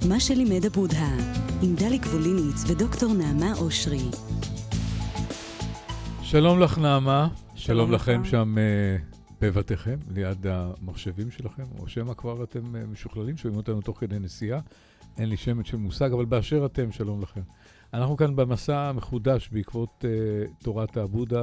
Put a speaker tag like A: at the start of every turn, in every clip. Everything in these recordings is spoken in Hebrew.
A: מה שלימד הבודהה, עם דלי גבוליניץ ודוקטור נעמה אושרי.
B: שלום לך נעמה, שלום לכם שם בבתיכם, ליד המחשבים שלכם, או שמה כבר אתם משוכללים, שומעים אותנו תוך כדי נסיעה, אין לי שמץ של מושג, אבל באשר אתם, שלום לכם. אנחנו כאן במסע מחודש בעקבות תורת הבודה,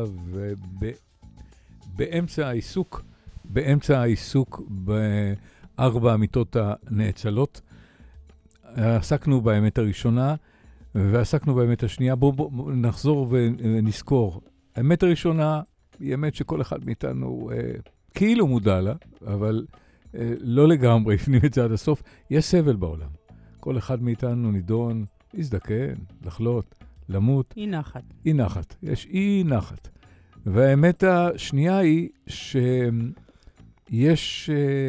B: ובאמצע העיסוק בארבע האמיתות הנאצלות, עסקנו באמת הראשונה, ועסקנו באמת השנייה. בואו נחזור ונזכור. האמת הראשונה היא אמת שכל אחד מאיתנו כאילו מודע לה, אבל לא לגמרי הפנים את זה עד הסוף. יש סבל בעולם. כל אחד מאיתנו נידון להזדקן, לחלות, למות.
C: אי נחת.
B: אי נחת. יש אי נחת. והאמת השנייה היא שיש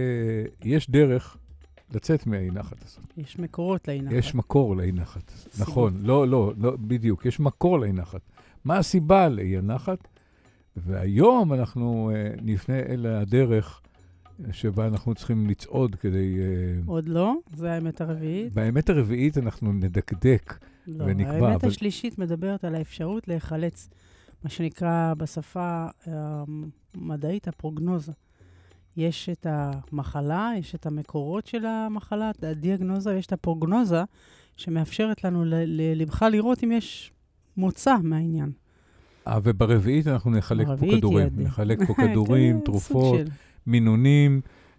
B: דרך לצאת מהאי נחת הזאת.
C: יש מקורות לאי נחת.
B: יש מקור לאי נחת. נכון. לא, בדיוק. יש מקור לאי נחת. מה הסיבה לאי הנחת? והיום אנחנו נפנה אל הדרך שבה אנחנו צריכים לצעוד כדי...
C: עוד לא? זה האמת הרביעית.
B: באמת הרביעית אנחנו נדקדק ונקבע.
C: האמת השלישית מדברת על האפשרות להיחלץ, מה שנקרא בשפה המדעית הפרוגנוזה. יש את המחלה, יש את המקורות של המחלה, את הדיאגנוזה, ויש את הפרוגנוזה שמאפשרת לנו לבחר לראות אם יש מוצא מהעניין.
B: וברביעית אנחנו נחלק פה כדורים. נחלק פה כדורים, תרופות, מינונים,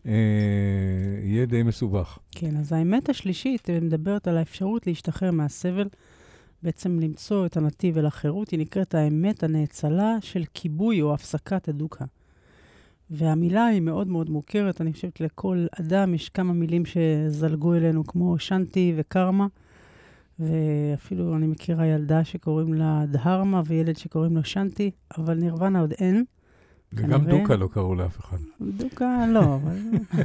B: יהיה די מסובך.
C: כן, אז האמת השלישית מדברת על האפשרות להשתחרר מהסבל, בעצם למצוא את הנתיב אל החירות, היא נקראת האמת הנאצלה של כיבוי או הפסקת הדוקה. והמילה היא מאוד מאוד מוכרת, אני חושבת לכל אדם יש כמה מילים שזלגו אלינו, כמו שנטי וקרמה, ואפילו אני מכירה ילדה שקוראים לה דהרמה, וילד שקוראים לו שנטי, אבל נירוונה עוד אין.
B: וגם דוקה לא קראו לאף אחד.
C: דוקה לא, אבל...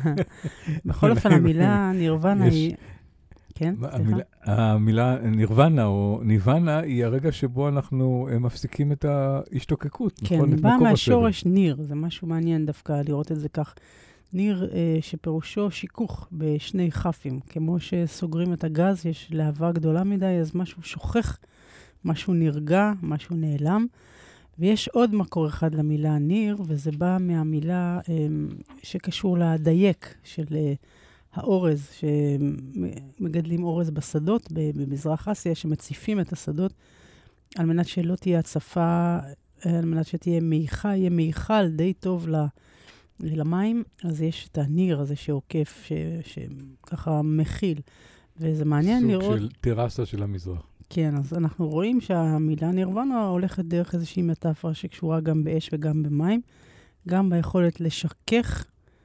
C: בכל אופן המילה נירוונה היא... כן, סליחה.
B: המילה נירוונה או ניוונה היא הרגע שבו אנחנו מפסיקים את ההשתוקקות.
C: כן, היא באה מהשורש ניר, זה משהו מעניין דווקא לראות את זה כך. ניר שפירושו שיכוך בשני חפים, כמו שסוגרים את הגז, יש להבה גדולה מדי, אז משהו שוכח, משהו נרגע, משהו נעלם. ויש עוד מקור אחד למילה ניר, וזה בא מהמילה שקשור לדייק של האורז, שמגדלים אורז בשדות במזרח אסיה, שמציפים את השדות, על מנת שלא תהיה הצפה, על מנת שתהיה מיכל, יהיה מיכל די טוב למים, אז יש את הניר הזה שעוקף, שככה מכיל, וזה מעניין לראות...
B: סוג של טרסה של המזרח.
C: כן, אז אנחנו רואים שהמילה נירוונה הולכת דרך איזושהי מטאפורה שקשורה גם באש וגם במים, גם ביכולת לשכך,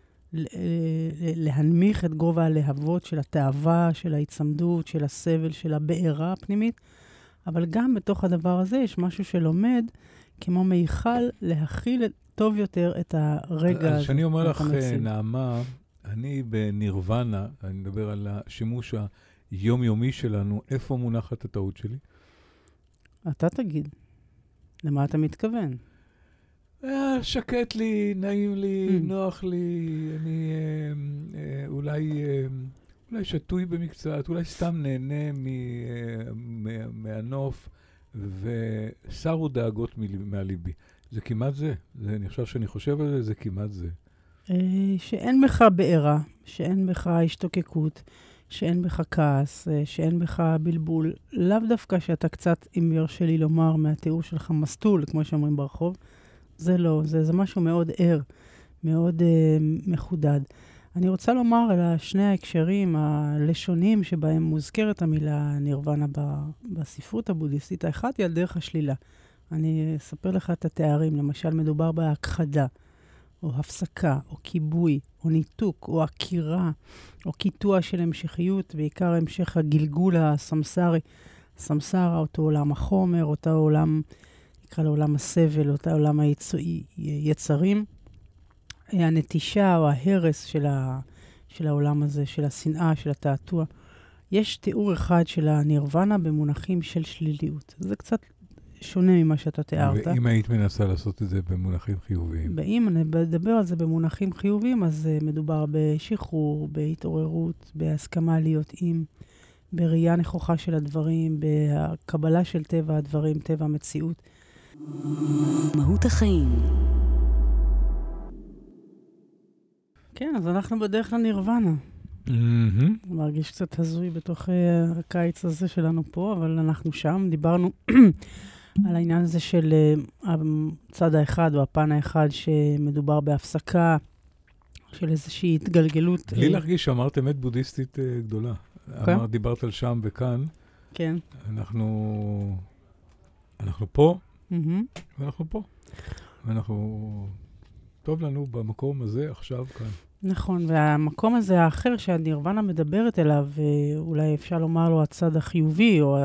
C: להנמיך את גובה הלהבות של התאווה, של ההצמדות, של הסבל, של הבעירה הפנימית, אבל גם בתוך הדבר הזה יש משהו שלומד, כמו מיכל, להכיל טוב יותר את הרגע הזה.
B: אז שאני אומר לך, נעמה, אני בנירוונה, אני מדבר על השימוש היומיומי שלנו, איפה מונחת הטעות שלי?
C: אתה תגיד. למה אתה מתכוון?
B: שקט לי, נעים לי, נוח לי, אני אולי שטוי במקצת, אולי סתם נהנה מהנוף, וסרו דאגות מהליבי. זה כמעט זה. אני חושב שאני חושב על זה, זה כמעט זה.
C: שאין בך בעירה, שאין בך השתוקקות, שאין בך כעס, שאין בך בלבול. לאו דווקא שאתה קצת, אם ירשה לי לומר, מהתיאור שלך מסטול, כמו שאומרים ברחוב. זה לא, זה משהו מאוד ער, מאוד מחודד. אני רוצה לומר על שני ההקשרים הלשוניים שבהם מוזכרת המילה נירוונה בספרות הבודהיסטית. האחד היא על דרך השלילה. אני אספר לך את התארים, למשל מדובר בהכחדה, או הפסקה, או כיבוי, או ניתוק, או עקירה, או קיטוע של המשכיות, בעיקר המשך הגלגול הסמסרי, סמסרה, אותו עולם החומר, אותו עולם, נקרא לו עולם הסבל, אותו עולם היצרים, הנטישה או ההרס של העולם הזה, של השנאה, של התעתוע. יש תיאור אחד של הנירוונה במונחים של שליליות. זה קצת שונה ממה שאתה תיארת.
B: ואם היית מנסה לעשות את זה במונחים חיוביים?
C: ואם אני מדבר על זה במונחים חיוביים, אז מדובר בשחרור, בהתעוררות, בהסכמה להיות עם, בראייה נכוחה של הדברים, בקבלה של טבע הדברים, טבע המציאות.
A: מהות החיים.
C: כן, אז אנחנו בדרך לנירוונה. מרגיש קצת הזוי בתוך הקיץ הזה שלנו פה, אבל אנחנו שם. דיברנו על העניין הזה של הצד האחד או הפן האחד שמדובר בהפסקה של איזושהי התגלגלות.
B: בלי להרגיש שאמרת אמת בודהיסטית גדולה. דיברת על שם וכאן.
C: כן.
B: אנחנו פה, ואנחנו פה. טוב לנו במקום הזה, עכשיו, כאן.
C: נכון, והמקום הזה האחר שהנירוונה מדברת אליו, אולי אפשר לומר לו הצד החיובי, או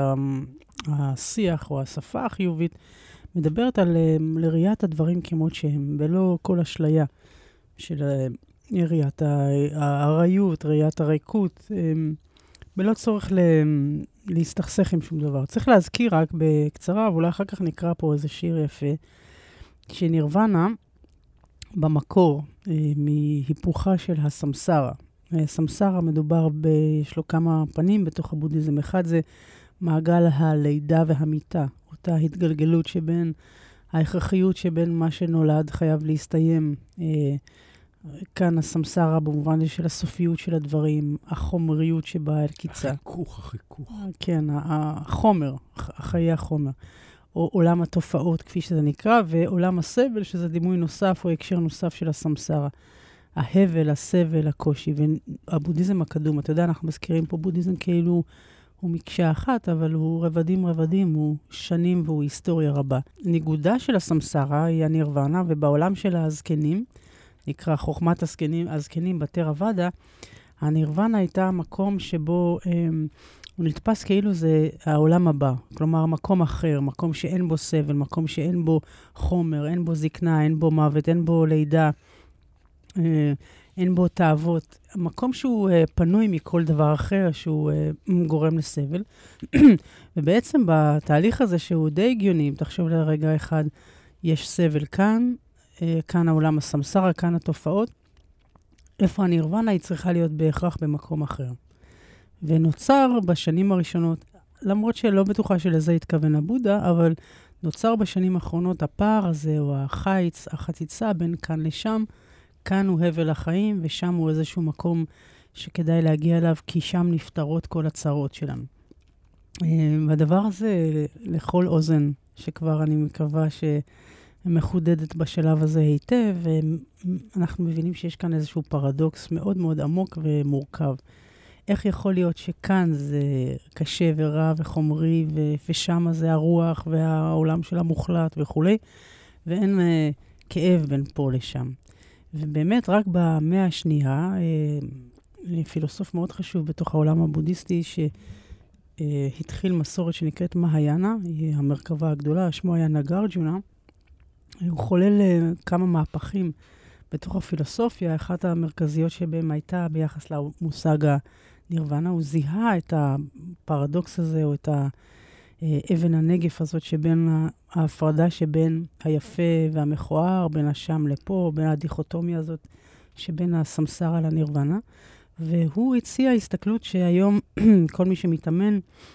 C: השיח, או השפה החיובית, מדברת על לראיית הדברים כמות שהם, ולא כל אשליה של ראיית העריות, ראיית הריקות, בלא צורך להסתכסך עם שום דבר. צריך להזכיר רק בקצרה, ואולי אחר כך נקרא פה איזה שיר יפה, שנירוונה במקור, מהיפוכה של הסמסרה. הסמסרה מדובר, יש לו כמה פנים בתוך הבודהיזם. אחד זה מעגל הלידה והמיטה, אותה התגלגלות שבין, ההכרחיות שבין מה שנולד חייב להסתיים. כאן הסמסרה במובן של הסופיות של הדברים, החומריות שבאה אל קיצה.
B: החיכוך.
C: כן, החומר, חיי החומר. או עולם התופעות, כפי שזה נקרא, ועולם הסבל, שזה דימוי נוסף או הקשר נוסף של הסמסרה. ההבל, הסבל, הקושי, והבודהיזם הקדום. אתה יודע, אנחנו מזכירים פה בודהיזם כאילו הוא מקשה אחת, אבל הוא רבדים, הוא שנים והוא היסטוריה רבה. ניגודה של הסמסרה היא הנירוונה, ובעולם של הזקנים, נקרא חוכמת הזקנים בתרוואדה, הנירוונה הייתה מקום שבו הוא נתפס כאילו זה העולם הבא. כלומר, מקום אחר, מקום שאין בו סבל, מקום שאין בו חומר, אין בו זקנה, אין בו מוות, אין בו לידה, אין בו תאוות. מקום שהוא פנוי מכל דבר אחר, שהוא גורם לסבל. ובעצם בתהליך הזה שהוא די הגיוני, אם תחשוב לרגע אחד, יש סבל כאן, כאן העולם הסמסרה, כאן התופעות. איפה הנירוונה היא צריכה להיות בהכרח במקום אחר. ונוצר בשנים הראשונות, למרות שלא בטוחה שלזה התכוון הבודה, אבל נוצר בשנים האחרונות הפער הזה, או החיץ, החציצה בין כאן לשם. כאן הוא הבל החיים, ושם הוא איזשהו מקום שכדאי להגיע אליו, כי שם נפתרות כל הצרות שלנו. והדבר הזה, לכל אוזן, שכבר אני מקווה שמחודדת בשלב הזה היטב, ואנחנו מבינים שיש כאן איזשהו פרדוקס מאוד מאוד עמוק ומורכב. איך יכול להיות שכאן זה קשה ורע וחומרי, ושם זה הרוח והעולם של המוחלט וכו', ואין כאב בין פה לשם. ובאמת רק במאה השנייה, פילוסוף מאוד חשוב בתוך העולם הבודהיסטי, שהתחיל מסורת שנקראת מהיאנה, היא המרכבה הגדולה, שמו היה נגארג'ונה, הוא חולל כמה מהפכים בתוך הפילוסופיה, אחת המרכזיות שבהם הייתה ביחס למושג הנירוונה, הוא זיהה את הפרדוקס הזה, או את אבן הנגף הזאת שבין ההפרדה שבין היפה והמכוער, בין השם לפה, בין הדיכוטומיה הזאת שבין הסמסרה לנירוונה. והוא הציע הסתכלות שהיום כל מי שמתאמן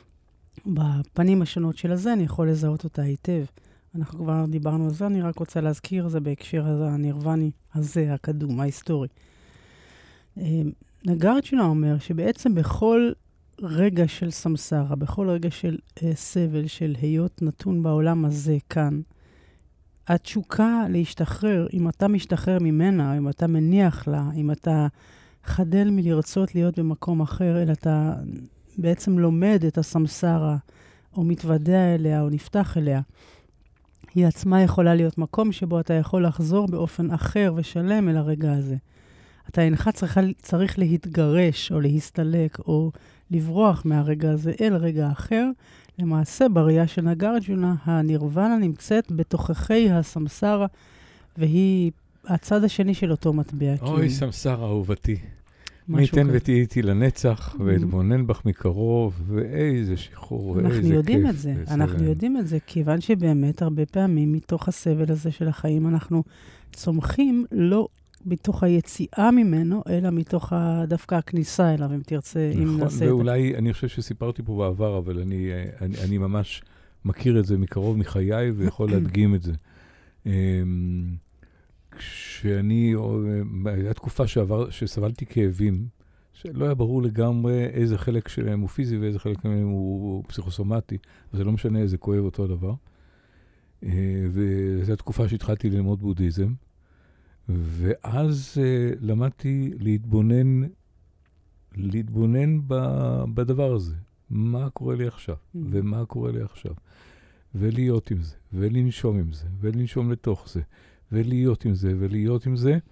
C: בפנים השונות של הזה, אני יכול לזהות אותה היטב. אנחנו כבר דיברנו על זה, אני רק רוצה להזכיר זה בהקשר הזה, הנירווני הזה, הקדום, ההיסטורי. נגארג'ונה אומר שבעצם בכל רגע של סמסרה, בכל רגע של סבל, של היות נתון בעולם הזה כאן, התשוקה להשתחרר, אם אתה משתחרר ממנה, אם אתה מניח לה, אם אתה חדל מלרצות להיות במקום אחר, אלא אתה בעצם לומד את הסמסרה, או מתוודע אליה, או נפתח אליה, היא עצמה יכולה להיות מקום שבו אתה יכול לחזור באופן אחר ושלם אל הרגע הזה. אתה אינך צריך להתגרש, או להסתלק, או לברוח מהרגע הזה אל רגע אחר. למעשה, בראייה של נגארג'ונה, הנירוונה נמצאת בתוככי הסמסרה, והיא הצד השני של אותו מטבע.
B: אוי, סמסרה אהובתי. מי ייתן ותהי איתי לנצח, ואתבונן בך מקרוב, ואיזה שחרור, איזה כיף.
C: אנחנו יודעים את זה, אנחנו יודעים את זה, כיוון שבאמת הרבה פעמים מתוך הסבל הזה של החיים אנחנו צומחים לא מתוך היציאה ממנו, אלא מתוך דווקא הכניסה אליו, אם תרצה, אם נעשה את זה.
B: ואולי, אני חושב שסיפרתי פה בעבר, אבל אני ממש מכיר את זה מקרוב מחיי, ויכול להדגים את זה. הייתה תקופה שסבלתי כאבים, שלא היה ברור לגמרי איזה חלק שלהם הוא פיזי, ואיזה חלק שלהם הוא פסיכוסומטי, אז זה לא משנה איזה כואב אותו הדבר. וזו תקופה שהתחלתי ללמוד בודהיזם, ואז למדתי להתבונן בדבר הזה. מה קורה לי עכשיו, ומה קורה לי עכשיו. ולהיות עם זה, ולנשום עם זה, ולנשום לתוך זה, ולהיות עם זה, ולהיות עם זה,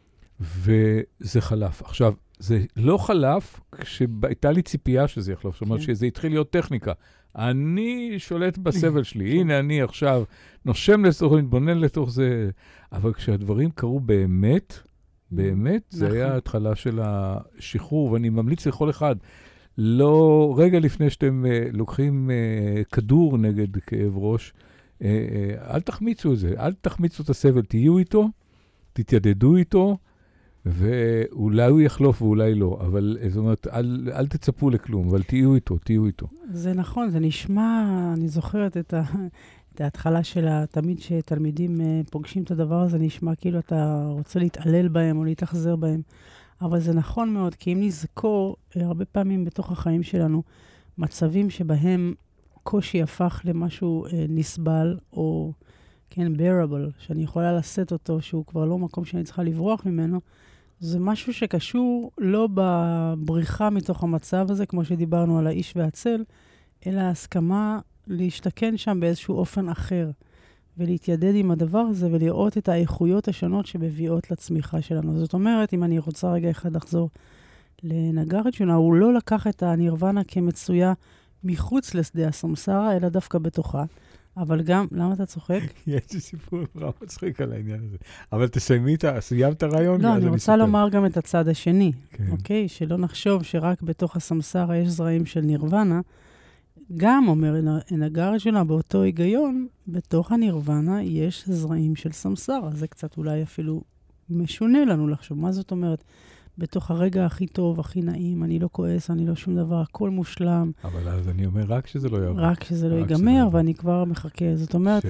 B: וזה חלף. עכשיו, זה לא חלף כשהייתה לי ציפייה שזה יחלוף, זאת אומרת שזה התחיל להיות טכניקה. אני שולט בסבל שלי, הנה אני עכשיו נושם לתוך, מתבונן לתוך זה, אבל כשהדברים קרו באמת, זה היה ההתחלה של השחרור, ואני ממליץ לכל אחד, לא, רגע לפני שאתם לוקחים כדור נגד כאב ראש, אל תחמיצו את זה, אל תחמיצו את הסבל, תהיו איתו, תתיידדו איתו, ואולי הוא יחלוף ואולי לא, אבל זאת אומרת, אל תצפו לכלום, אבל תהיו איתו. זה
C: נכון, זה נשמע, אני זוכרת את ההתחלה שלה, תמיד שתלמידים פוגשים את הדבר הזה, נשמע כאילו אתה רוצה להתעלל בהם או להתאכזר בהם, אבל זה נכון מאוד, כי אם נזכור, הרבה פעמים בתוך החיים שלנו, מצבים שבהם קושי הפך למשהו נסבל, או כן, bearable, שאני יכולה לשאת אותו, שהוא כבר לא מקום שאני צריכה לברוח ממנו, זה משהו שקשור לא בבריחה מתוך המצב הזה, כמו שדיברנו על האיש והצל, אלא ההסכמה להשתכן שם באיזשהו אופן אחר, ולהתיידד עם הדבר הזה, ולראות את האיכויות השונות שמביאות לצמיחה שלנו. זאת אומרת, אם אני רוצה רגע אחד לחזור לנגארג'ונה, הוא לא לקח את הנירוונה כמצויה מחוץ לשדה הסמסרה, אלא דווקא בתוכה. אבל גם, למה אתה צוחק?
B: יש לי סיפור נורא מצחיק על העניין הזה. אבל סיימת את הרעיון?
C: לא, אני רוצה לומר גם את הצד השני, אוקיי? שלא נחשוב שרק בתוך הסמסרה יש זרעים של נירוונה. גם, אומר נגארג'ונה, באותו היגיון, בתוך הנירוונה יש זרעים של סמסרה. זה קצת אולי אפילו משונה לנו לחשוב. מה זאת אומרת? בתוך הרגע הכי טוב, הכי נעים, אני לא כועס, אני לא שום דבר, הכל מושלם.
B: אבל אז אני אומר, רק שזה לא יעבור.
C: רק שזה לא ייגמר, ואני כבר מחכה. זאת אומרת,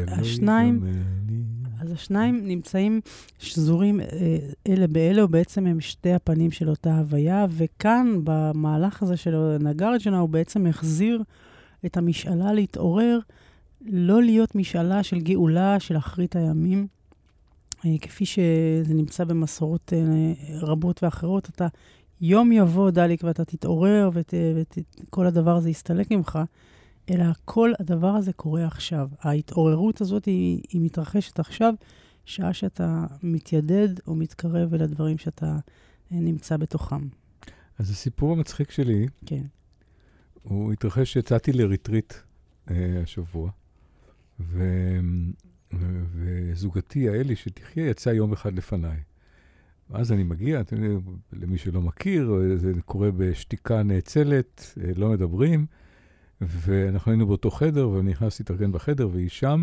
C: השניים נמצאים שזורים אלה באלה, ובעצם הם שתי הפנים של אותה הוויה, וכאן, במהלך הזה של נגארג'ונה, הוא בעצם החזיר את המשאלה להתעורר, לא להיות משאלה של גאולה, של אחרית הימים, כפי שזה נמצא במסורות רבות ואחרות, אתה יום יבוא דליק ואתה תתעורר וכל הדבר הזה יסתלק ממך, אלא כל הדבר הזה קורה עכשיו. ההתעוררות הזאת היא מתרחשת עכשיו, שעה שאתה מתיידד או מתקרב אל הדברים שאתה נמצא בתוכם.
B: אז הסיפור המצחיק שלי,
C: כן.
B: הוא התרחש שיצאתי לריטריט השבוע, וזוגתי, האלי שתחיה, יצאה יום אחד לפניי. ואז אני מגיע, למי שלא מכיר, זה קורה בשתיקה נאצלת, לא מדברים, ואנחנו היינו באותו חדר, ואני נכנס להתארגן בחדר, והיא שם,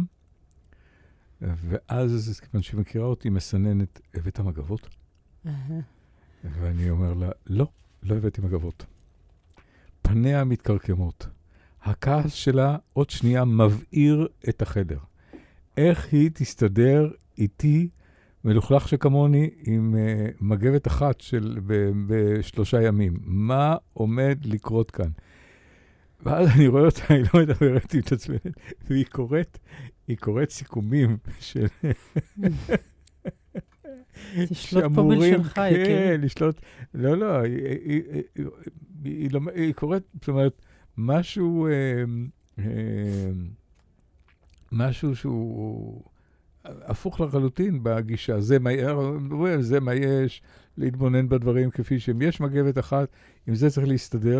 B: ואז, כיוון שהיא מכירה אותי, מסננת, הבאת מגבות? ואני אומר לה, לא הבאתי מגבות. פניה מתקרקמות. הכעס שלה עוד שנייה מבעיר את החדר. איך היא תסתדר איתי, מלוכלך שכמוני, עם מגבת אחת בשלושה ימים? מה עומד לקרות כאן? ואז אני רואה אותה, היא לא מדברת עם תצמנת, והיא קוראת סיכומים של...
C: תשלוט פה בלשונך,
B: כן, לשלוט... לא, היא קוראת, זאת אומרת, משהו שהוא הפוך לחלוטין בגישה. זה מה יש, להתבונן בדברים כפי שהם. יש מגבת אחת, עם זה צריך להסתדר,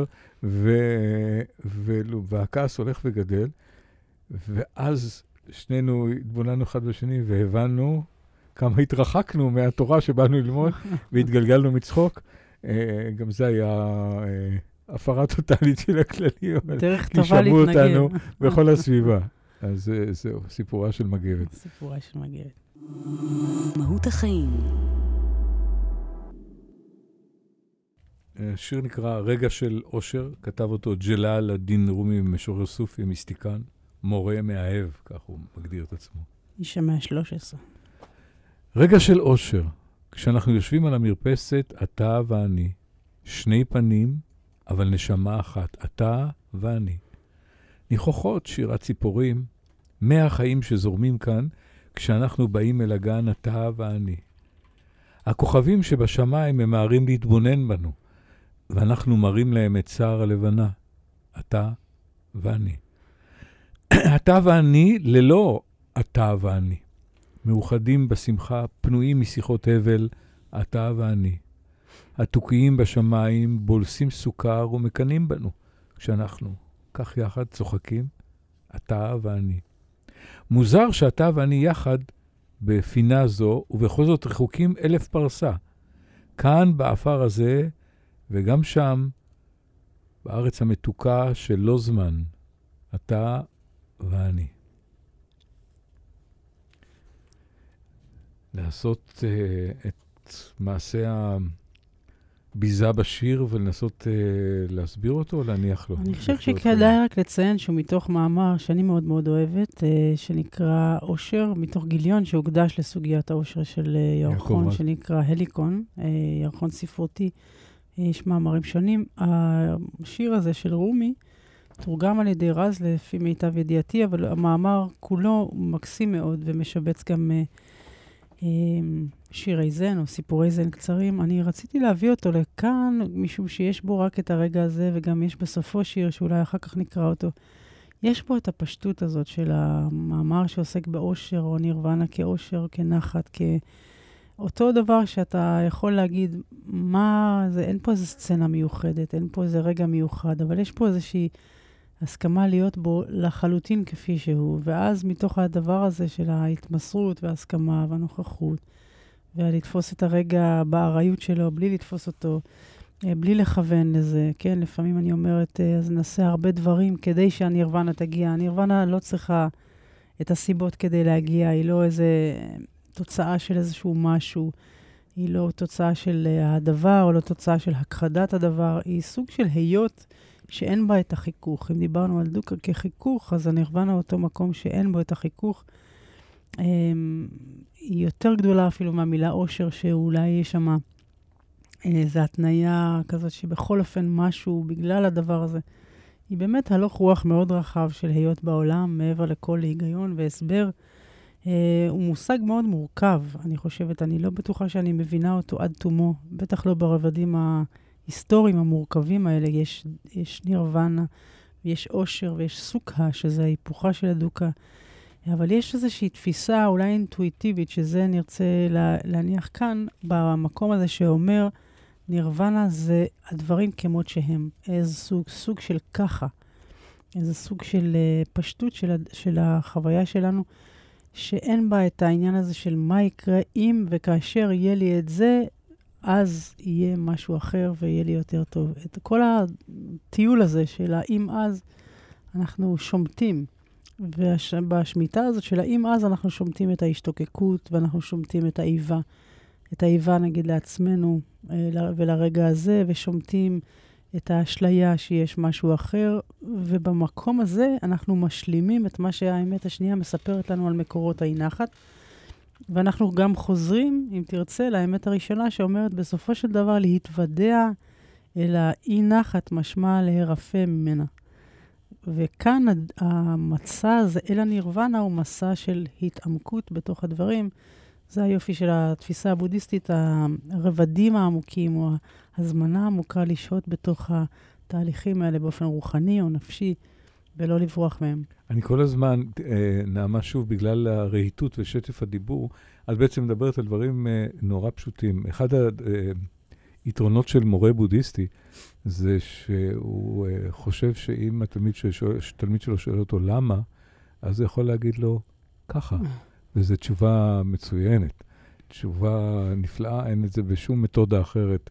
B: והכעס הולך וגדל, ואז שנינו התבוננו אחד בשני, והבנו כמה התרחקנו מהתורה שבאנו ללמוד, והתגלגלנו מצחוק. גם זה היה הפרה טוטלית של הכללים,
C: דרך טובה להתנגד.
B: כי שמעו אותנו בכל הסביבה. אז זהו, סיפורה של מגבת.
C: סיפורה של מגבת.
A: מהות החיים.
B: השיר נקרא רגע של אושר, כתב אותו ג'לאל א-דין רומי, משורר סופי, מיסטיקן, מורה מאהב, כך הוא מגדיר את עצמו.
C: איש המאה ה-13.
B: רגע של אושר, כשאנחנו יושבים על המרפסת, אתה ואני, שני פנים, אבל נשמה אחת, אתה ואני. ניחוחות, שירת ציפורים, 100 חיים שזורמים כאן, כשאנחנו באים אל הגן, אתה ואני. הכוכבים שבשמיים ממהרים להתבונן בנו, ואנחנו מראים להם את שער הלבנה, אתה ואני. אתה ואני ללא אתה ואני. מאוחדים בשמחה, פנויים משיחות הבל, אתה ואני. התוקיים בשמיים בולסים סוכר ומקנים בנו, כשאנחנו כך יחד צוחקים, אתה ואני. מוזר שאתה ואני יחד בפינה זו, ובכל זאת רחוקים 1000 פרסה. כאן באפר הזה, וגם שם, בארץ המתוקה של לא זמן, אתה ואני. לעשות את מעשה הביזה בשיר ולנסות להסביר אותו או להניח לו?
C: אני חושב שכדאי רק לציין שהוא מתוך מאמר שאני מאוד מאוד אוהבת, שנקרא אושר, מתוך גיליון שהוקדש לסוגיית האושר של ירחון, שנקרא הליקון, ירחון ספרותי. יש מאמרים שונים. השיר הזה של רומי תורגם על ידי רז לפי מיטב ידיעתי, אבל המאמר כולו מקסים מאוד ומשבץ גם שירי זן או סיפורי זן קצרים. אני רציתי להביא אותו לכאן, משום שיש בו רק את הרגע הזה, וגם יש בסופו שיר שאולי אחר כך נקרא אותו. יש בו את הפשטות הזאת של המאמר שעוסק באושר, או נירוונה כאושר, כנחת, אותו דבר שאתה יכול להגיד, מה זה, אין פה איזו סצנה מיוחדת, אין פה איזה רגע מיוחד, אבל יש פה איזושהי הסכמה להיות בו לחלוטין כפי שהוא, ואז מתוך הדבר הזה של ההתמסרות וההסכמה והנוכחות, ולתפוס את הרגע בארעיות שלו, בלי לתפוס אותו, בלי לכוון לזה, כן? לפעמים אני אומרת, אז נעשה הרבה דברים כדי שהנירוונה תגיע. הנירוונה לא צריכה את הסיבות כדי להגיע, היא לא איזה תוצאה של איזשהו משהו, היא לא תוצאה של הדבר, או לא תוצאה של הכחדת הדבר, היא סוג של היות שאין בה את החיכוך. אם דיברנו על דוקה כחיכוך, אז הנירוונה אותו מקום שאין בו את החיכוך, היא יותר גדולה אפילו מהמילה אושר, שאולי יש שם איזו התניה כזאת שבכל אופן משהו בגלל הדבר הזה. היא באמת הלוך רוח מאוד רחב של היות בעולם, מעבר לכל היגיון והסבר. הוא מושג מאוד מורכב, אני חושבת. אני לא בטוחה שאני מבינה אותו עד תומו, בטח לא ברבדים ההיסטוריים המורכבים האלה. יש נירוונה, ויש אושר, ויש סוקה, שזה ההיפוכה של הדוקה. אבל יש איזושהי תפיסה אולי אינטואיטיבית, שזה נרצה להניח כאן, במקום הזה שאומר, נירוונה זה הדברים כמות שהם. איזה סוג של ככה. איזה סוג של פשטות של החוויה שלנו, שאין בה את העניין הזה של מה יקרה אם וכאשר יהיה לי את זה, אז יהיה משהו אחר ויהיה לי יותר טוב. את כל הטיול הזה של האם אז, אנחנו שומטים. ובשמיטה הזאת של האם אז אנחנו שומטים את ההשתוקקות, ואנחנו שומטים את האיבה. את האיבה נגיד לעצמנו ולרגע הזה, ושומטים את האשליה שיש משהו אחר, ובמקום הזה אנחנו משלימים את מה שהאמת השנייה מספרת לנו על מקורות האי-נחת, ואנחנו גם חוזרים, אם תרצה, לאמת הראשונה שאומרת בסופו של דבר להתוודע אל האי-נחת משמע להירפא ממנה. וכאן המצע הזה אל הנירוונה הוא מסע של התעמקות בתוך הדברים. זה היופי של התפיסה הבודהיסטית, הרבדים העמוקים או הזמנה העמוקה לשהות בתוך התהליכים האלה באופן רוחני או נפשי, ולא לברוח מהם.
B: אני כל הזמן, נעמה שוב, בגלל הרהיטות ושטף הדיבור, את בעצם מדברת על דברים נורא פשוטים. אחד היתרונות של מורה בודהיסטי, זה שהוא חושב שאם התלמיד שלו שואל אותו למה, אז הוא יכול להגיד לו ככה. וזו תשובה מצוינת. תשובה נפלאה, אין את זה בשום מתודה אחרת.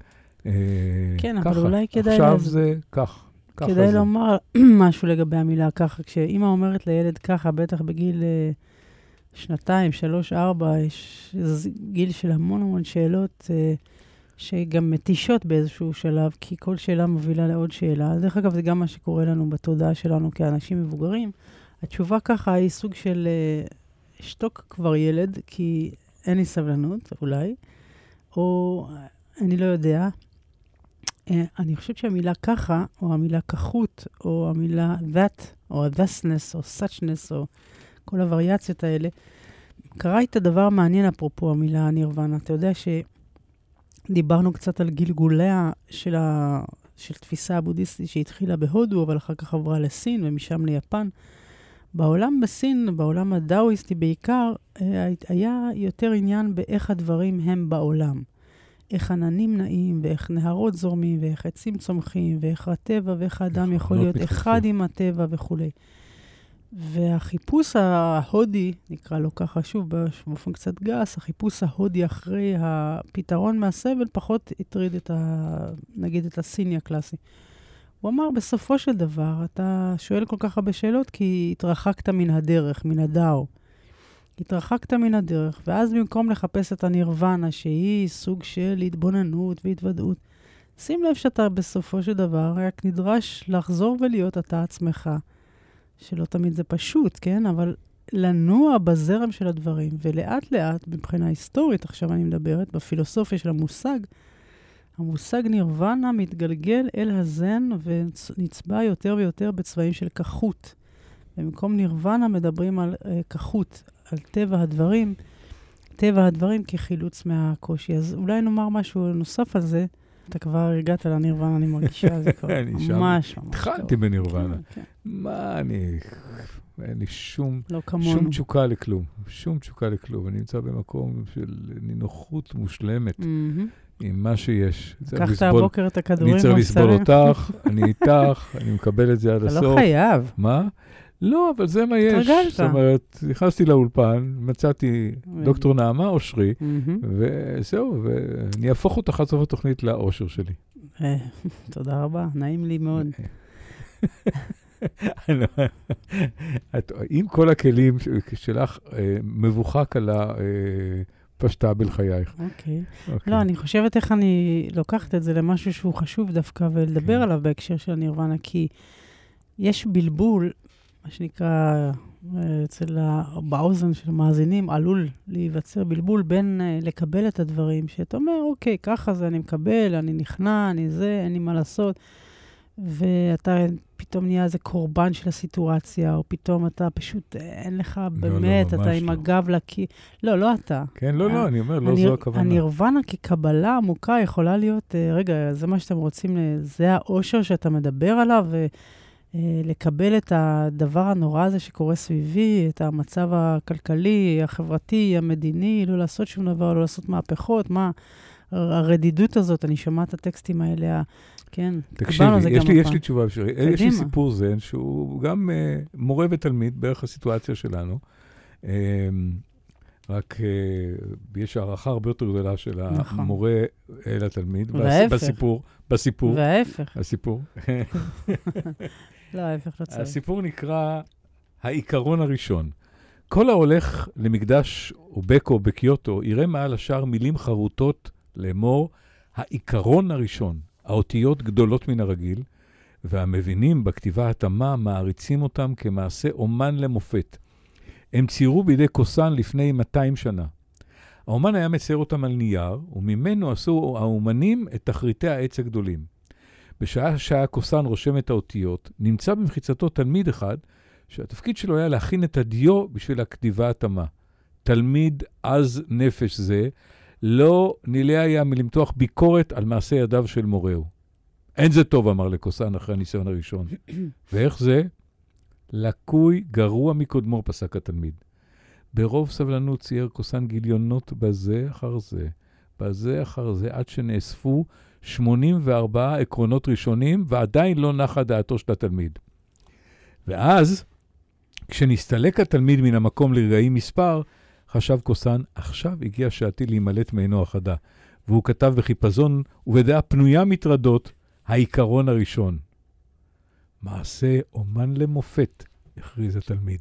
C: כן, אבל אולי כדאי...
B: עכשיו זה כך.
C: כדאי לומר משהו לגבי המילה ככה. כשאמא אומרת לילד ככה, בטח בגיל 2, 3, 4, יש גיל של המון המון שאלות. שגם מתישות באיזשהו שלב, כי כל שאלה מובילה לעוד שאלה. דרך אגב, זה גם מה שקורה לנו בתודעה שלנו כאנשים מבוגרים. התשובה ככה היא סוג של שתוק כבר ילד, כי אין לי סבלנות, אולי, או אני לא יודע. אני חושבת שהמילה ככה, או המילה כחות, או המילה that, או thusness, או suchness, או כל הווריאציות האלה, קרה את הדבר המעניין אפרופו המילה נירוונה. אתה יודע שדיברנו קצת על גלגוליה של תפיסה הבודהיסטית שהתחילה בהודו, אבל אחר כך עברה לסין ומשם ליפן. בעולם בסין, בעולם הדאואיסטי בעיקר, היה יותר עניין באיך הדברים הם בעולם. איך עננים נעים, ואיך נהרות זורמים, ואיך עצים צומחים, ואיך הטבע, ואיך האדם יכול להיות אחד עם הטבע וכו'. והחיפוש ההודי, נקרא לו ככה שוב, באופן קצת גס, החיפוש ההודי אחרי הפתרון מהסבל, פחות הטריד נגיד את הסיני הקלאסי. הוא אמר, בסופו של דבר, אתה שואל כל כך הרבה שאלות, כי התרחקת מן הדרך, מן הדאו. התרחקת מן הדרך, ואז במקום לחפש את הנירוונה, שהיא סוג של התבוננות והתוודעות, שים לב שאתה בסופו של דבר רק נדרש לחזור ולהיות אתה עצמך, שלא תמיד זה פשוט, כן? אבל לנוע בזרם של הדברים, ולאט לאט, מבחינה היסטורית, עכשיו אני מדברת, בפילוסופיה של המושג נירוונה מתגלגל אל הזן, ונצבע יותר ויותר בצבעים של כחות. במקום נירוונה מדברים על כחות, על טבע הדברים כחילוץ מהקושי. אז אולי נאמר משהו נוסף על זה. אתה כבר הגעת לנירוונה, אני מרגישה, זה כבר ממש.
B: התחלתי בנירוונה. מה אין לי שום תשוקה לכלום. שום תשוקה לכלום. אני נמצא במקום של נינוחות מושלמת עם מה שיש.
C: קחת הבוקר את הכדורים.
B: אני צריך לסבול אותך, אני איתך, אני מקבל את זה עד הסוף.
C: אתה לא חייב.
B: מה? לא, אבל זה מה יש. זאת אומרת, נכנסתי לאולפן, מצאתי דוקטור נעמה אושרי, וזהו, ואני אהפוך אותך עד סוף התוכנית לאושר שלי.
C: תודה רבה, נעים לי מאוד.
B: עם כל הכלים שלך, מבוכה קלה פשטה בחייך.
C: אוקיי. לא, אני חושבת איך אני לוקחת את זה למשהו שהוא חשוב דווקא, ולדבר עליו בהקשר של הנירוונה, כי יש בלבול, מה שנקרא, באוזן של המאזינים, עלול להיווצר בלבול בין לקבל את הדברים, שאתה אומר, אוקיי, ככה זה, אני מקבל, אני נכנע, אני זה, אין לי מה לעשות, ואתה פתאום נהיה איזה קורבן של הסיטואציה, או פתאום אתה פשוט, אין לך באמת, אתה עם הגב לקי... לא אתה.
B: כן, לא, אני אומר, לא זו הכוונה.
C: הנירוונה כקבלה עמוקה יכולה להיות, רגע, זה מה שאתם רוצים, זה האושר שאתה מדבר עליו, לקבל את הדבר הנורא הזה שקורה סביבי, את המצב הכלכלי, החברתי, המדיני, לא לעשות שום דבר, לא לעשות מהפכות, מה הרדידות הזאת, אני שומעת את הטקסטים האלה, כן,
B: תקשיבי, יש לי תשובה בשבילי. יש לי סיפור זן, שהוא גם מורה ותלמיד, בערך הסיטואציה שלנו, רק יש הערכה הרבה יותר גדולה של המורה לתלמיד, בסיפור.
C: וההפך.
B: הסיפור.
C: לא, ההפך לא צריך.
B: הסיפור נקרא העיקרון הראשון. כל ההולך למקדש אובקו בקיוטו, יראה מעל השאר מילים חרוטות לאמור, העיקרון הראשון. האותיות גדולות מן הרגיל, והמבינים בכתיבה התמה מעריצים אותם כמעשה אומן למופת. הם ציירו בידי קוסן לפני 200 שנה. האומן היה מצייר אותם על נייר, וממנו עשו האומנים את תחריטי העץ הגדולים. בשעה שהקוסן רושם את האותיות, נמצא במחיצתו תלמיד אחד, שהתפקיד שלו היה להכין את הדיו בשביל הכתיבה התמה. תלמיד עז נפש זה, לא נילא היה מלמתוח ביקורת על מעשה ידיו של מורהו. אין זה טוב, אמר לקוסן אחרי הניסיון הראשון. ואיך זה? לקוי גרוע מקודמו, פסק התלמיד. ברוב סבלנות צייר קוסן גיליונות בזה אחר זה, עד שנאספו 84 עקרונות ראשונים, ועדיין לא נחה דעתו של התלמיד. ואז, כשנסתלק התלמיד מן המקום לרגעים מספר, חשב קוסן, עכשיו הגיע שעתי להימלט מעינו החדה. והוא כתב בחיפזון ובדעה פנויה מטרדות, העיקרון הראשון. מעשה אומן למופת, הכריז התלמיד.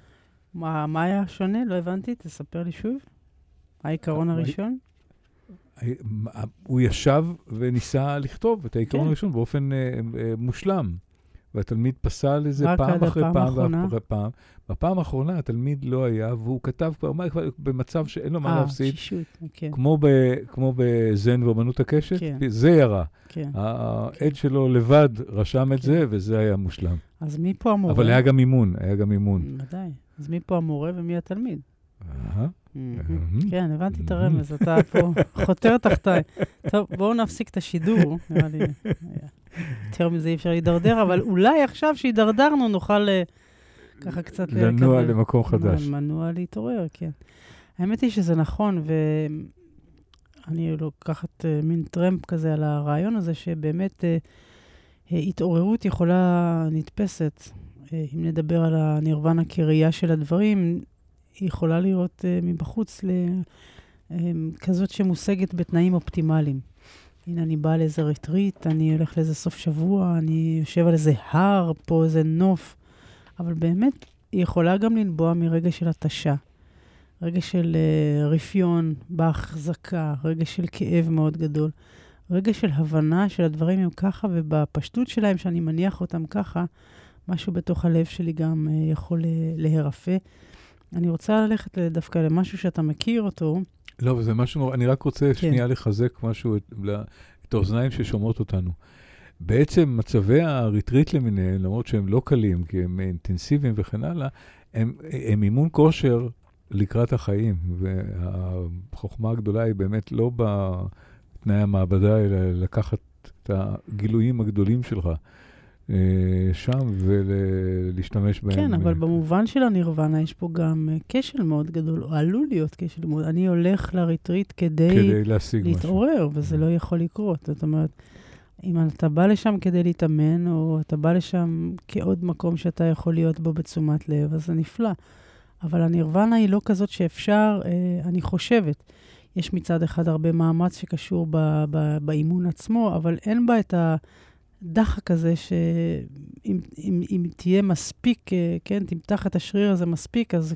C: מה היה שונה? לא הבנתי, תספר לי שוב. העיקרון הראשון?
B: הוא ישב וניסה לכתוב את העיקרון הראשון באופן מושלם. והתלמיד פסל איזה פעם אחרי פעם ואחרי פעם. בפעם האחרונה התלמיד לא היה, והוא כתב כבר במצב שאין לו מה להפסיד. כמו בזן ואמנות הקשת, זה ירה. העד שלו לבד רשם את זה, וזה היה מושלם.
C: אז מי פה המורה?
B: אבל היה גם אימון.
C: ודאי. אז מי פה המורה ומי התלמיד? כן, הבנתי את הרמז, אתה פה חותר תחתיי. טוב, בואו נפסיק את השידור. נראה לי, יותר מזה אי אפשר להידרדר, אבל אולי עכשיו שהידרדרנו נוכל ככה קצת...
B: לנוע למקום חדש.
C: מנוע להתעורר, כן. האמת היא שזה נכון, ואני לוקחת מין טרמפ כזה על הרעיון הזה, שבאמת התעוררות יכולה נתפסת. אם נדבר על הנירוונה כראייה של הדברים, היא יכולה לראות מבחוץ כזאת שמושגת בתנאים אופטימליים. הנה, אני באה לאיזה ריטריט, אני הולך לאיזה סוף שבוע, אני יושב על איזה הר, פה איזה נוף. אבל באמת, היא יכולה גם לנבוע מרגע של התשה, רגע של רפיון בהחזקה, רגע של כאב מאוד גדול, רגע של הבנה של הדברים הם ככה, ובפשטות שלהם, שאני מניח אותם ככה, משהו בתוך הלב שלי גם יכול להירפא. אני רוצה ללכת דווקא למשהו שאתה מכיר אותו.
B: לא, וזה משהו, אני רק רוצה שנייה לחזק משהו, את האוזניים ששומעות אותנו. בעצם מצבי הריטריט למיניהם, למרות שהם לא קלים, כי הם אינטנסיביים וכן הלאה, הם אימון כושר לקראת החיים, והחוכמה הגדולה היא באמת לא בתנאי המעבדה, אלא לקחת את הגילויים הגדולים שלך שם ולהשתמש בהם.
C: כן, אבל במובן של הנירוונה יש פה גם כשל מאוד גדול, או עלול להיות כשל מאוד. אני הולך לריטריט כדי להתעורר, וזה לא יכול לקרות. זאת אומרת, אם אתה בא לשם כדי להתאמן, או אתה בא לשם כעוד מקום שאתה יכול להיות בו בתשומת לב, אז זה נפלא. אבל הנירוונה היא לא כזאת שאפשר, אני חושבת. יש מצד אחד הרבה מאמץ שקשור באימון עצמו, אבל אין בה את הדחק הזה שאם תהיה מספיק, כן, תמתח את השריר הזה מספיק, אז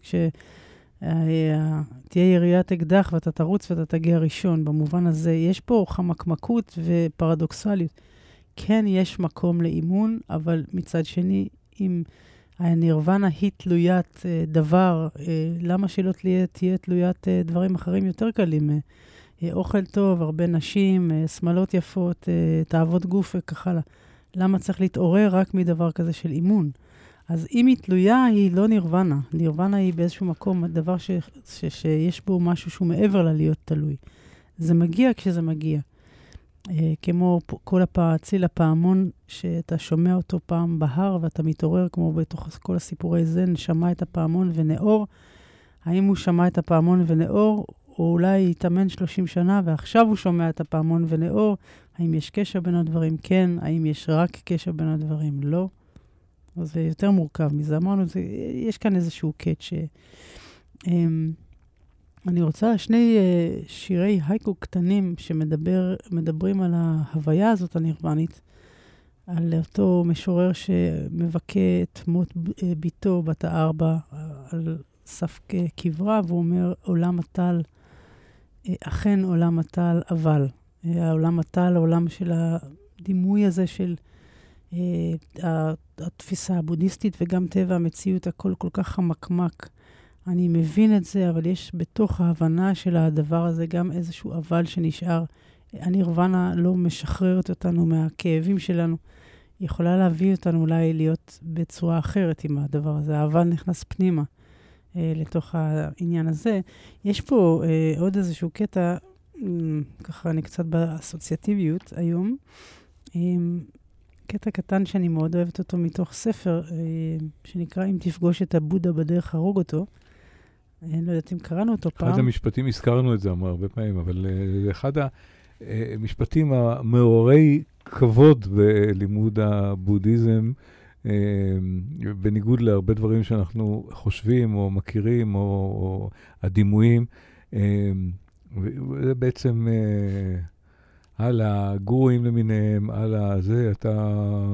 C: תהיה יריית אקדח ואתה תרוץ ואתה תגיע ראשון. במובן הזה יש פה חמקמקות ופרדוקסליות. כן, יש מקום לאימון, אבל מצד שני, אם הנירוונה היא תלוית דבר, למה שלא תהיה תלוית דברים אחרים יותר קלים? אוכל טוב, הרבה נשים, שמלות יפות, תאוות גוף וכך הלאה. למה צריך להתעורר רק מדבר כזה של אימון? אז אם היא תלויה, היא לא נירוונה. נירוונה היא באיזשהו מקום, הדבר שיש בו משהו שהוא מעבר לה להיות תלוי. זה מגיע כשזה מגיע. כמו כל צליל הפעמון, שאתה שומע אותו פעם בהר, ואתה מתעורר, כמו בתוך כל הסיפורי זן, שמע את הפעמון ונאור. האם הוא שמע את הפעמון ונאור, או אולי יתאמן 30 שנה, ועכשיו הוא שומע את הפעמון ונאור? האם יש קשר בין הדברים? כן. האם יש רק קשר בין הדברים? לא. אז זה יותר מורכב מזה. אמרנו, יש כאן איזשהו קאץ'. אני רוצה שני שירי הייקו קטנים שמדברים על ההוויה הזאת הנירוונית, על אותו משורר שמבכה את מות ביתו בת 4 על סף קברה, והוא אומר, עולם הטל, אכן עולם הטל, אבל. העולם הטל, העולם של הדימוי הזה של התפיסה הבודהיסטית וגם טבע המציאות, הכל כל כך חמקמק. אני מבין את זה, אבל יש בתוך ההבנה של הדבר הזה גם איזשהו אבל שנשאר. הנירוונה לא משחררת אותנו מהכאבים שלנו. היא יכולה להביא אותנו אולי להיות בצורה אחרת עם הדבר הזה. האבל נכנס פנימה לתוך העניין הזה. יש פה עוד איזשהו קטע, ככה אני קצת באסוציאטיביות היום, קטע קטן שאני מאוד אוהבת אותו מתוך ספר, שנקרא אם תפגוש את הבודה בדרך הרוג אותו. אני לא יודעת אם קראנו אותו פעם.
B: אחד המשפטים, הזכרנו את זה הרבה פעמים, אבל אחד המשפטים המעוררי כבוד בלימוד הבודהיזם, בניגוד להרבה דברים שאנחנו חושבים או מכירים או הדימויים, זה בעצם על הגורים למיניהם, על הזה, אתה...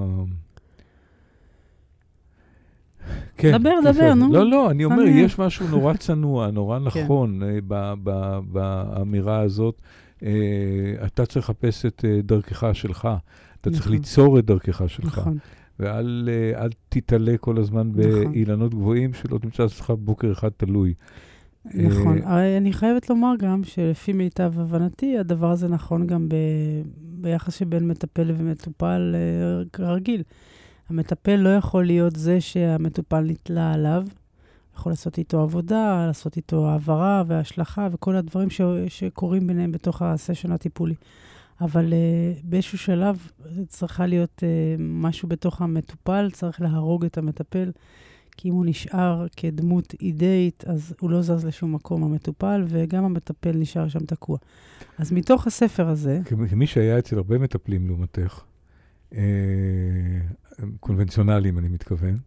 C: כן, דבר, נו.
B: לא, אני אומר, יש משהו נורא צנוע, נורא נכון באמירה הזאת, אתה צריך לחפש את דרכך שלך. אתה צריך ליצור את דרכך שלך.
C: נכון.
B: ואל תתעלה כל הזמן באילנות גבוהים, שלא תמצא עצמך בוקר אחד תלוי.
C: נכון. אני חייבת לומר גם שלפי מיטב הבנתי, הדבר הזה נכון גם ביחס שבין מטפל ומטופל רגיל. המטפל לא יכול להיות זה שהמטופל נתלה עליו, יכול לעשות איתו עבודה, לעשות איתו העברה והשלכה וכל הדברים שקורים ביניהם בתוך הסשן הטיפולי. אבל באיזשהו שלב צריכה להיות משהו בתוך המטופל, צריך להרוג את המטפל, כי אם הוא נשאר כדמות אידאית, אז הוא לא זז לשום מקום המטופל, וגם המטפל נשאר שם תקוע. אז מתוך הספר הזה...
B: כמי שהיה אצל הרבה מטפלים לעומתך, קונבנציונליים אני מתכוון,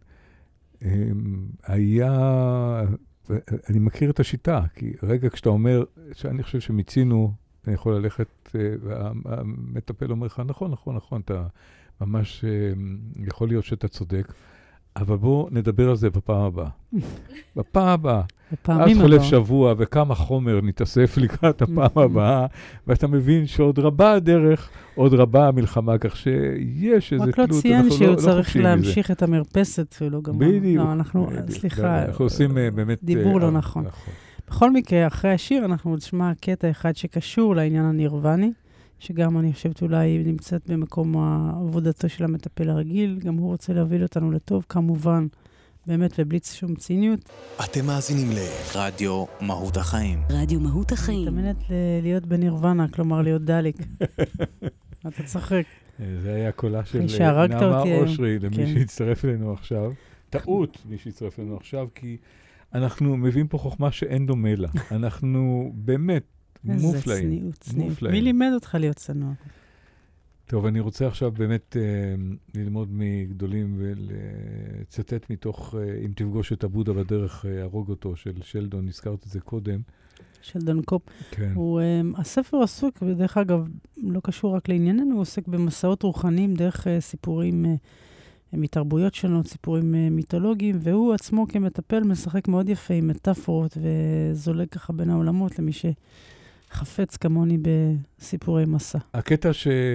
B: אני מכיר את השיטה, כי רגע כשאתה אומר, שאני חושב שמיצינו, אני יכול ללכת, והמטפל אומר לך, נכון, אתה ממש יכול להיות שאתה צודק, אבל בואו נדבר על זה בפעם הבאה. בפעם הבאה. אז חולף שבוע וכמה חומר נתאסף לקראת הפעם הבאה, ואתה מבין שעוד רבה הדרך, עוד רבה המלחמה, כך שיש איזה תלות.
C: רק לא ציין שהוא צריך להמשיך את המרפסת, ולא גם...
B: בדיוק.
C: סליחה,
B: אנחנו עושים באמת...
C: דיבור לא נכון. בכל מקרה, אחרי השיר אנחנו נשמע קטע אחד שקשור לעניין הנירוני, שגם אני חושבת אולי נמצאת במקום עבודתו של המטפל הרגיל, גם הוא רוצה להוביל אותנו לטוב, כמובן, באמת ובלי שום ציניות.
D: אתם מאזינים לרדיו מהות החיים.
A: רדיו מהות החיים.
C: אני מתאמנת להיות בנירוונה, כלומר להיות דליק. אתה צחק.
B: זה היה קולה של נעמה אושרי, למי שהצטרף אלינו עכשיו. טעות מי שהצטרף אלינו עכשיו, כי אנחנו מביאים פה חוכמה שאין דומה לה. אנחנו באמת מופלאים.
C: איזה צניעות. מי לימד אותך להיות צנוע?
B: טוב, אני רוצה עכשיו באמת ללמוד מגדולים ולצטט מתוך, אם תפגוש את הבודה בדרך, הרוג אותו, של שלדון, נזכרת את זה קודם.
C: שלדון קופ.
B: כן.
C: הספר עסוק, ודרך אגב, לא קשור רק לענייננו, הוא עוסק במסעות רוחניים דרך סיפורים מתרבויות שונות, סיפורים מיתולוגיים, והוא עצמו כמטפל משחק מאוד יפה עם מטאפורות, וזולג ככה בין העולמות למי שחפץ כמוני בסיפורי מסע.
B: הקטע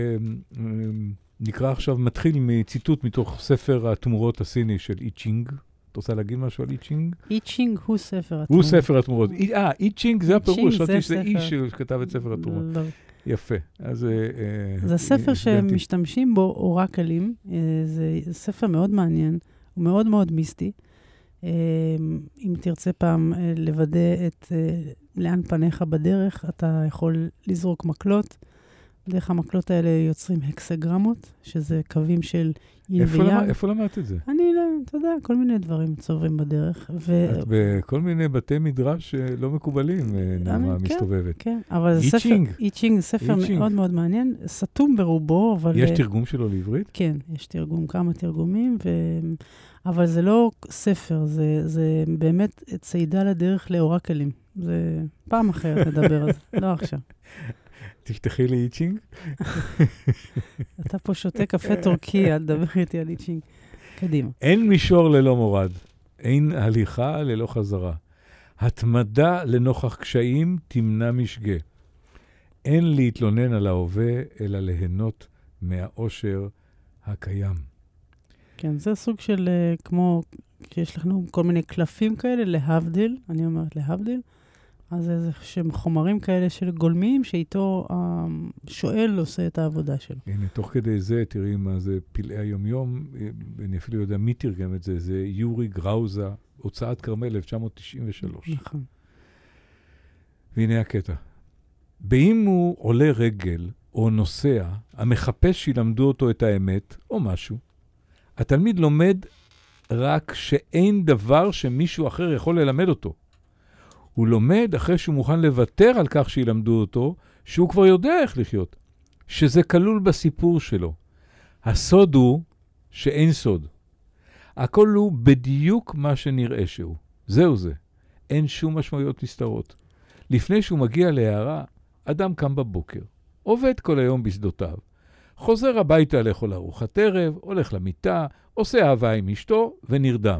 B: שנקרא עכשיו מתחיל מציטוט מתוך ספר התמורות הסיני של אי צ'ינג. אתה רוצה להגיד משהו על אי צ'ינג?
C: אי צ'ינג הוא ספר התמורות.
B: הוא ספר התמורות. אי צ'ינג זה הפירוש, חשבתי שזה איש שכתב את ספר התמורות. יפה.
C: זה ספר שמשתמשים בו אורקלים, זה ספר מאוד מעניין, הוא מאוד מאוד מיסטי. אם תרצה פעם לוודא לאן פניך בדרך, אתה יכול לזרוק מקלות. דרך המקלות האלה יוצרים הקסגרמות, שזה קווים של יין ויין.
B: איפה למדת את זה?
C: אני לא, אתה יודע, כל מיני דברים צוברים בדרך.
B: בכל מיני בתי מדרש לא מקובלים, נעמה מסתובבת.
C: כן, אבל זה ספר, אי צ'ינג, זה ספר מאוד מאוד מעניין, סתום ברובו, אבל...
B: יש תרגום שלו לעברית?
C: כן, יש תרגום, כמה תרגומים, אבל זה לא ספר, זה באמת צעידה לדרך לאורקלים. זה פעם אחרת נדבר על זה, לא עכשיו.
B: תפתחי לי איצ'ינג.
C: אתה פה שותה קפה טורקי, אל תדבר איתי על איצ'ינג. קדימה.
B: אין מישור ללא מורד, אין הליכה ללא חזרה. התמדה לנוכח קשיים תמנע משגה. אין להתלונן על ההווה, אלא ליהנות מהאושר הקיים.
C: כן, זה סוג של, כמו שיש לנו כל מיני קלפים כאלה, להבדיל, אני אומרת להבדיל, אז זה שם חומרים כאלה של גולמים, שאיתו השואל עושה את העבודה שלו.
B: הנה, תוך כדי זה, תראי מה זה פלאי היומיום, אני אפילו יודע מי תרגם את זה, זה יורי גראוזה, הוצאת כרמל 1993.
C: נכון.
B: והנה הקטע. באם הוא עולה רגל או נוסע, המחפש שילמדו אותו את האמת או משהו, התלמיד לומד רק שאין דבר שמישהו אחר יכול ללמד אותו. הוא לומד אחרי שהוא מוכן לוותר על כך שילמדו אותו, שהוא כבר יודע איך לחיות, שזה כלול בסיפור שלו. הסוד הוא שאין סוד. הכל הוא בדיוק מה שנראה שהוא. זהו זה. אין שום משמעויות נסתרות. לפני שהוא מגיע להערה, אדם קם בבוקר, עובד כל היום בשדותיו, חוזר הביתה לאכול ארוחת ערב, הולך למיטה, עושה אהבה עם אשתו ונרדם.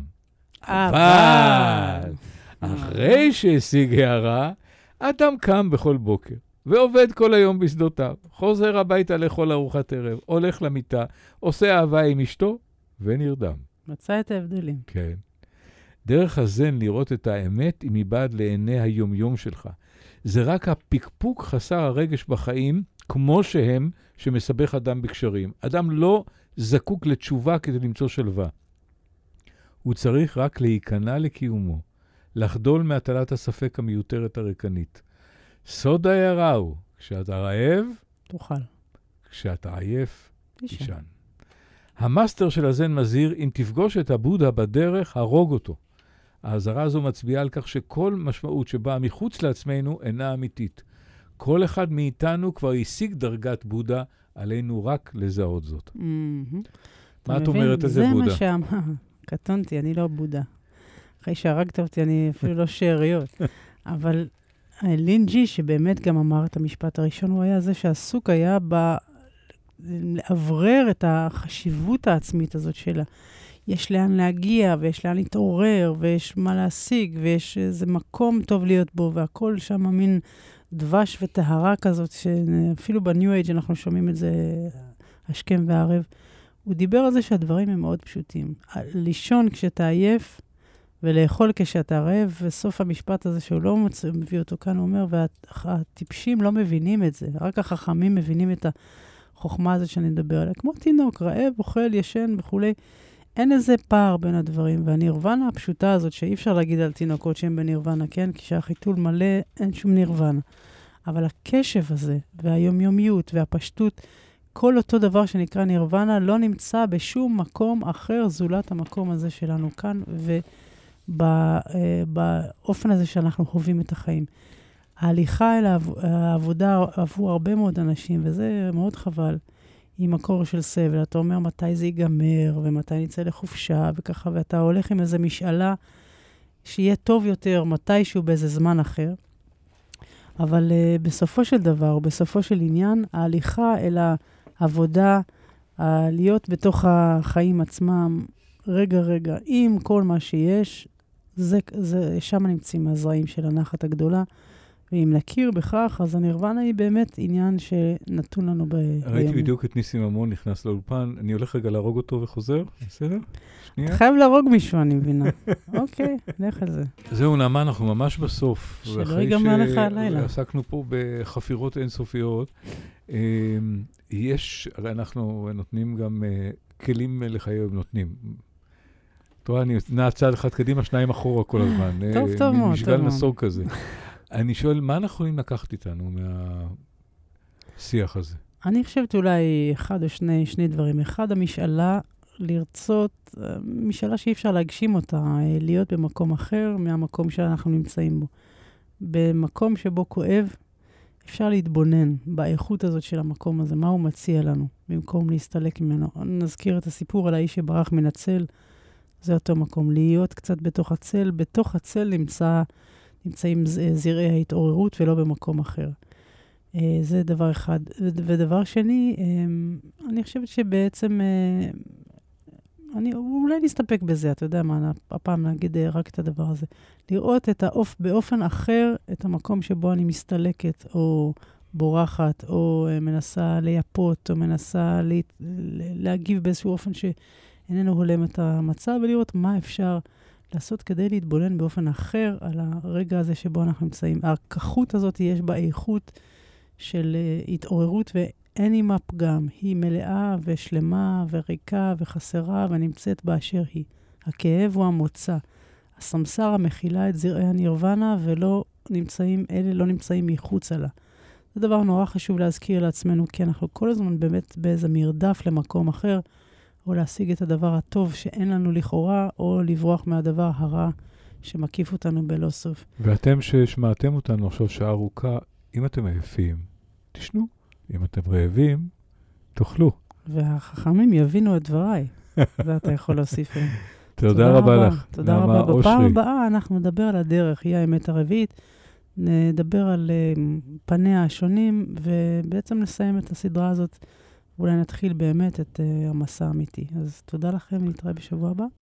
B: אבל אחרי שהשיג הערה, אדם קם בכל בוקר, ועובד כל היום בשדותיו. חוזר הביתה לאכול ארוחת ערב, הולך למיטה, עושה אהבה עם אשתו, ונרדם.
C: מצא את ההבדלים.
B: כן. דרך הזן לראות את האמת היא מבעד לעיני היומיום שלך. זה רק הפקפוק חסר הרגש בחיים, כמו שהם, שמסבך אדם בקשרים. אדם לא זקוק לתשובה כדי למצוא שלווה. הוא צריך רק להיכנע לקיומו, לחדול מהטלת הספק המיותרת הריקנית. סוד ההערה הוא, כשאתה רעב,
C: תאכל.
B: כשאתה עייף,
C: תישן.
B: תישן. המאסטר של הזן מזהיר, אם תפגוש את הבודה בדרך, הרוג אותו. ההזהרה הזו מצביעה על כך שכל משמעות שבאה מחוץ לעצמנו אינה אמיתית. כל אחד מאיתנו כבר השיג דרגת בודה, עלינו רק לזהות זאת. מה את אומרת על זה, בודה?
C: זה מה שאמר. קטונתי, אני לא בודה. אחרי שהרגת אותי, אני אפילו לא שאריות. אבל לין ג'י, שבאמת גם אמר את המשפט הראשון, הוא היה זה שעסוק היה לעברר את החשיבות העצמית הזאת שלה. יש לאן להגיע, ויש לאן להתעורר, ויש מה להשיג, ויש איזה מקום טוב להיות בו, והכל שם מין דבש וטהרה כזאת, שאפילו בניו אייג' אנחנו שומעים את זה השכם והערב. הוא דיבר על זה שהדברים הם מאוד פשוטים. לישון כשאתה עייף, ולאכול כשאתה רעב, וסוף המשפט הזה שהוא לא מביא אותו כאן, הוא אומר, והטיפשים לא מבינים את זה, רק החכמים מבינים את החוכמה הזאת שאני מדבר עליה. כמו תינוק, רעב, אוכל, ישן וכולי. אין איזה פער בין הדברים, והנירוונה הפשוטה הזאת, שאי אפשר להגיד על תינוקות שהם בנירוונה, כן? כשהחיתול מלא, אין שום נירוונה. אבל הקשב הזה, והיומיומיות, והפשטות, כל אותו דבר שנקרא נירוונה, לא נמצא בשום מקום אחר זולת המקום הזה שלנו כאן, ובאופן הזה שאנחנו חווים את החיים. ההליכה אל העבודה עבור הרבה מאוד אנשים, וזה מאוד חבל, היא מקור של סבל. אתה אומר מתי זה ייגמר, ומתי נצא לחופשה, וככה, ואתה הולך עם איזו משאלה שיהיה טוב יותר מתישהו באיזה זמן אחר. אבל בסופו של דבר, בסופו של עניין, ההליכה אל העבודה, להיות בתוך החיים עצמם, רגע, עם כל מה שיש, שם נמצאים הזרעים של הנחת הגדולה, ואם נכיר בכך, אז הנירוונה היא באמת עניין שנתון לנו בימים.
B: ראיתי בדיוק את ניסים ממון נכנס לאולפן, אני הולך רגע להרוג אותו וחוזר, בסדר? שנייה.
C: אתה חייב להרוג מישהו, אני מבינה. אוקיי, לך על זה.
B: זהו, נעמה, אנחנו ממש בסוף.
C: שלא ייגמר לך הלילה.
B: עסקנו פה בחפירות אינסופיות. הרי אנחנו נותנים גם כלים לחיים, נותנים. תראה, אני נע צעד אחד קדימה, שניים אחורה כל הזמן.
C: טוב מאוד.
B: משגל נסוג כזה. אני שואל, מה אנחנו יכולים לקחת איתנו מהשיח הזה?
C: אני חושבת אולי אחד או שני דברים. אחד, המשאלה לרצות, משאלה שאי אפשר להגשים אותה, להיות במקום אחר מהמקום שאנחנו נמצאים בו. במקום שבו כואב, אפשר להתבונן באיכות הזאת של המקום הזה, מה הוא מציע לנו, במקום להסתלק ממנו. נזכיר את הסיפור על האיש שברח מן הצל, זה אותו מקום. להיות קצת בתוך הצל, בתוך הצל נמצאים זרעי ההתעוררות ולא במקום אחר. זה דבר אחד. ודבר שני, אני חושבת שבעצם, אולי נסתפק בזה, אתה יודע מה, הפעם נגיד רק את הדבר הזה. לראות באופן אחר את המקום שבו אני מסתלקת, או בורחת, או מנסה לייפות, או מנסה להגיב באיזשהו אופן שאיננו הולם את המצב, ולראות מה אפשר לעשות כדי להתבונן באופן אחר על הרגע הזה שבו אנחנו נמצאים. הכחות הזאת יש בה איכות של התעוררות ואין עימה פגם. היא מלאה ושלמה וריקה וחסרה ונמצאת באשר היא. הכאב הוא המוצא. הסמסרה מכילה את זרעי הנירוונה אלה לא נמצאים מחוץ לה. זה דבר נורא חשוב להזכיר לעצמנו, כי אנחנו כל הזמן באמת באיזה מרדף למקום אחר, או להשיג את הדבר הטוב שאין לנו לכאורה, או לברוח מהדבר הרע שמקיף אותנו בלא סוף.
B: ואתם ששמעתם אותנו עכשיו שעה ארוכה, אם אתם עייפים, תשנו. אם אתם רעבים, תאכלו.
C: והחכמים יבינו את דבריי. זה אתה יכול להוסיף.
B: תודה רבה לך.
C: תודה רבה. בפעם הבאה אנחנו נדבר על הדרך, היא האמת הרביעית, נדבר על פניה השונים, ובעצם נסיים את הסדרה הזאת, ואולי נתחיל באמת את המסע האמיתי. אז תודה לכם, נתראה בשבוע הבא.